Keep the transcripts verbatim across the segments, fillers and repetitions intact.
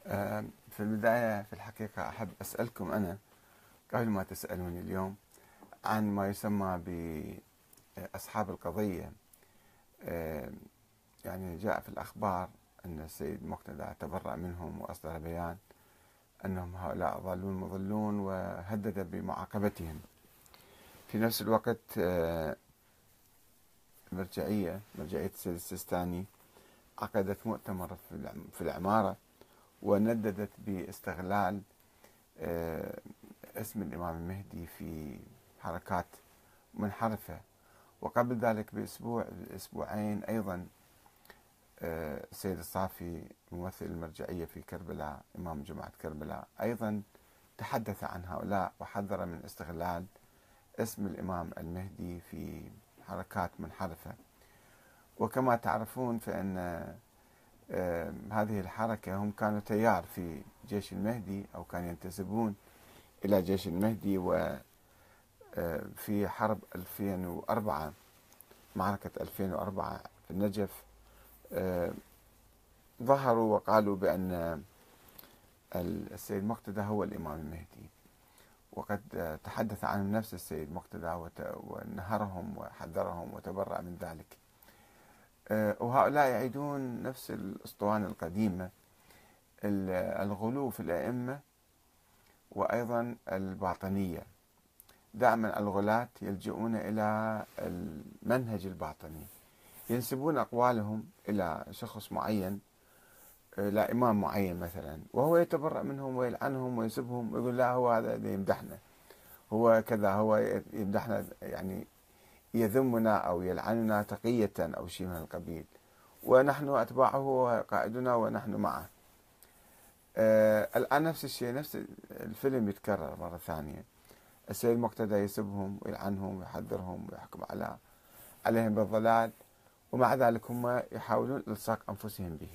آه، في البداية في الحقيقة أحب أسألكم أنا قبل ما تسألوني اليوم عن ما يسمى بأصحاب القضية. آه، يعني جاء في الأخبار أن السيد مقتدى تبرأ منهم وأصدر بيان أنهم هؤلاء ضالون مضلون وهدد بمعاقبتهم. في نفس الوقت آه، المرجعية مرجعية السيد السيستاني عقدت مؤتمر في العمارة ونددت باستغلال آه، اسم الإمام المهدي في حركات منحرفة. وقبل ذلك بأسبوع أسبوعين أيضا آه، السيد الصافي ممثل المرجعية في كربلاء إمام جماعة كربلاء أيضا تحدث عن هؤلاء وحذر من استغلال اسم الإمام المهدي في حركات منحرفة. وكما تعرفون فإن آه، هذه الحركة هم كانوا تيار في جيش المهدي أو كانوا ينتسبون إلى جيش المهدي، وفي حرب ألفين وأربعة معركة ألفين وأربعة في النجف آه، ظهروا وقالوا بأن السيد مقتدى هو الإمام المهدي، وقد تحدث عنهم نفس السيد مقتدى ونهرهم وحذرهم وتبرأ من ذلك. آه، وهؤلاء يعيدون نفس الأسطوانة القديمة، الغلو في الأئمة وأيضا الباطنية. دائما الغلاة يلجؤون إلى المنهج الباطني، ينسبون أقوالهم إلى شخص معين، إلى إمام معين مثلا، وهو يتبرأ منهم ويلعنهم ويسبهم ويقول لا هو هذا يمدحنا، هو كذا، هو يمدحنا، يعني يذمنا أو يلعننا تقية أو شيء من القبيل، ونحن أتباعه وقائدنا ونحن معه. آه الآن نفس الشيء، نفس الفيلم يتكرر مرة ثانية. السيد مقتدى يسبهم ويلعنهم ويحذرهم ويحكم على عليهم بالضلال، ومع ذلك هم يحاولون إلصاق أنفسهم به،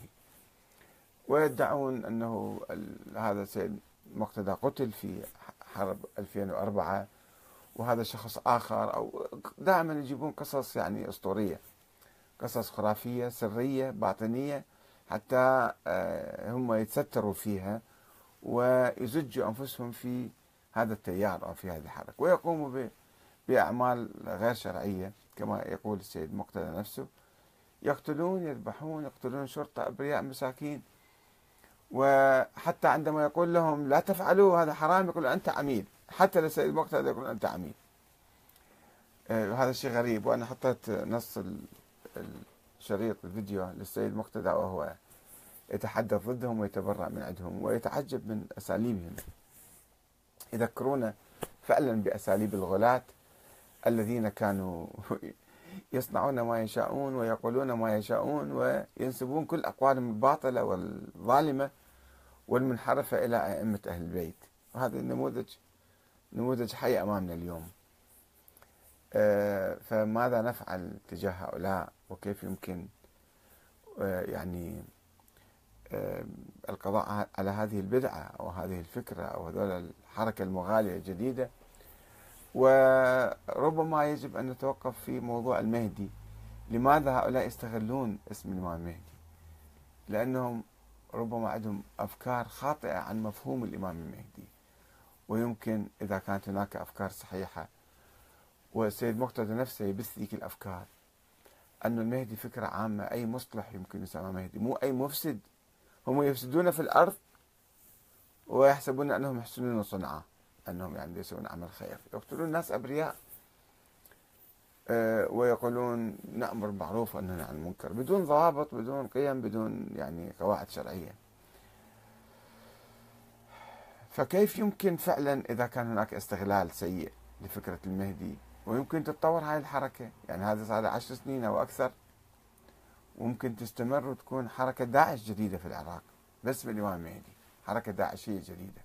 ويدعون أنه هذا السيد مقتدى قتل في حرب ألفين وأربعة وهذا شخص آخر، أو دائما يجيبون قصص يعني أسطورية، قصص خرافية سرية باطنية حتى هم يتستروا فيها ويزجوا أنفسهم في هذا التيار أو في هذه الحركة، ويقوموا بأعمال غير شرعية كما يقول السيد مقتدى نفسه، يقتلون يذبحون يقتلون شرطة أبرياء مساكين. وحتى عندما يقول لهم لا تفعلوا هذا حرام يقول أنت عميل، حتى للسيد مقتدى يقول أنت عميل. آه هذا شيء غريب. وأنا حطيت نص الشريط الفيديو للسيد مقتدى وهو يتحدث ضدهم ويتبرأ من عندهم ويتعجب من أساليبهم، يذكرون فعلا بأساليب الغلاة الذين كانوا يصنعون ما يشاءون ويقولون ما يشاءون وينسبون كل أقوالهم الباطلة والظالمة والمنحرفة إلى أئمة أهل البيت. وهذا النموذج نموذج حي أمامنا اليوم. فماذا نفعل تجاه هؤلاء، وكيف يمكن يعني القضاء على هذه البدعة أو هذه الفكرة أو هذول الحركة المغالية الجديدة؟ وربما يجب أن نتوقف في موضوع المهدي. لماذا هؤلاء يستغلون اسم الإمام المهدي؟ لأنهم ربما عندهم أفكار خاطئة عن مفهوم الإمام المهدي، ويمكن إذا كانت هناك أفكار صحيحة، والسيد مقتدى نفسه يبث ذيك الأفكار، أن المهدي فكرة عامة، أي مصلح يمكن يسمى مهدي، مو أي مفسد. هم يفسدون في الأرض ويحسبون أنهم يحسنون صنعا، أنهم يعني يسوون عمل خير، يقتلون الناس أبرياء أه ويقولون نأمر بالمعروف وننهى عن المنكر بدون ضوابط، بدون قيم، بدون يعني قواعد شرعية. فكيف يمكن فعلا إذا كان هناك استغلال سيء لفكرة المهدي ويمكن تتطور هاي الحركة؟ يعني هذا صار عشر سنين أو أكثر، وممكن تستمر وتكون حركة داعش جديدة في العراق باسم الإمام المهدي، حركة داعشية جديدة.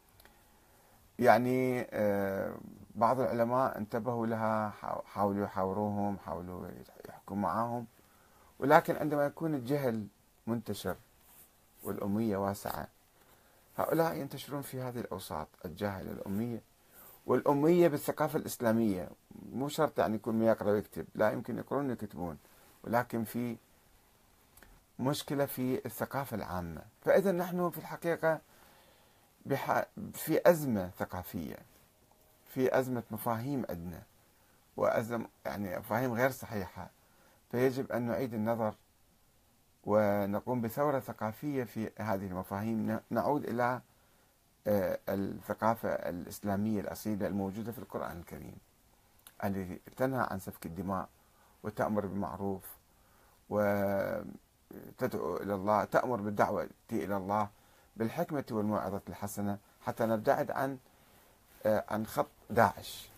يعني بعض العلماء انتبهوا لها، حاولوا يحاوروهم، حاولوا يحكوا معهم، ولكن عندما يكون الجهل منتشر والأمية واسعة، هؤلاء ينتشرون في هذه الأوساط، الجاهل الأمية، والأمية بالثقافة الإسلامية. مو شرط يعني يكون ما يقرأ ويكتب، لا، يمكن يقرون ويكتبون، ولكن في مشكلة في الثقافة العامة. فإذا نحن في الحقيقة بح... في أزمة ثقافية، في أزمة مفاهيم عندنا، وأزم يعني مفاهيم غير صحيحة. فيجب أن نعيد النظر ونقوم بثورة ثقافية في هذه المفاهيم، نعود إلى الثقافة الإسلامية الأصيلة الموجودة في القرآن الكريم، التي تنهى عن سفك الدماء وتأمر بالمعروف وتدعو إلى الله، تأمر بالدعوة إلى الله بالحكمة والموعظة الحسنة، حتى نبتعد عن عن خط داعش.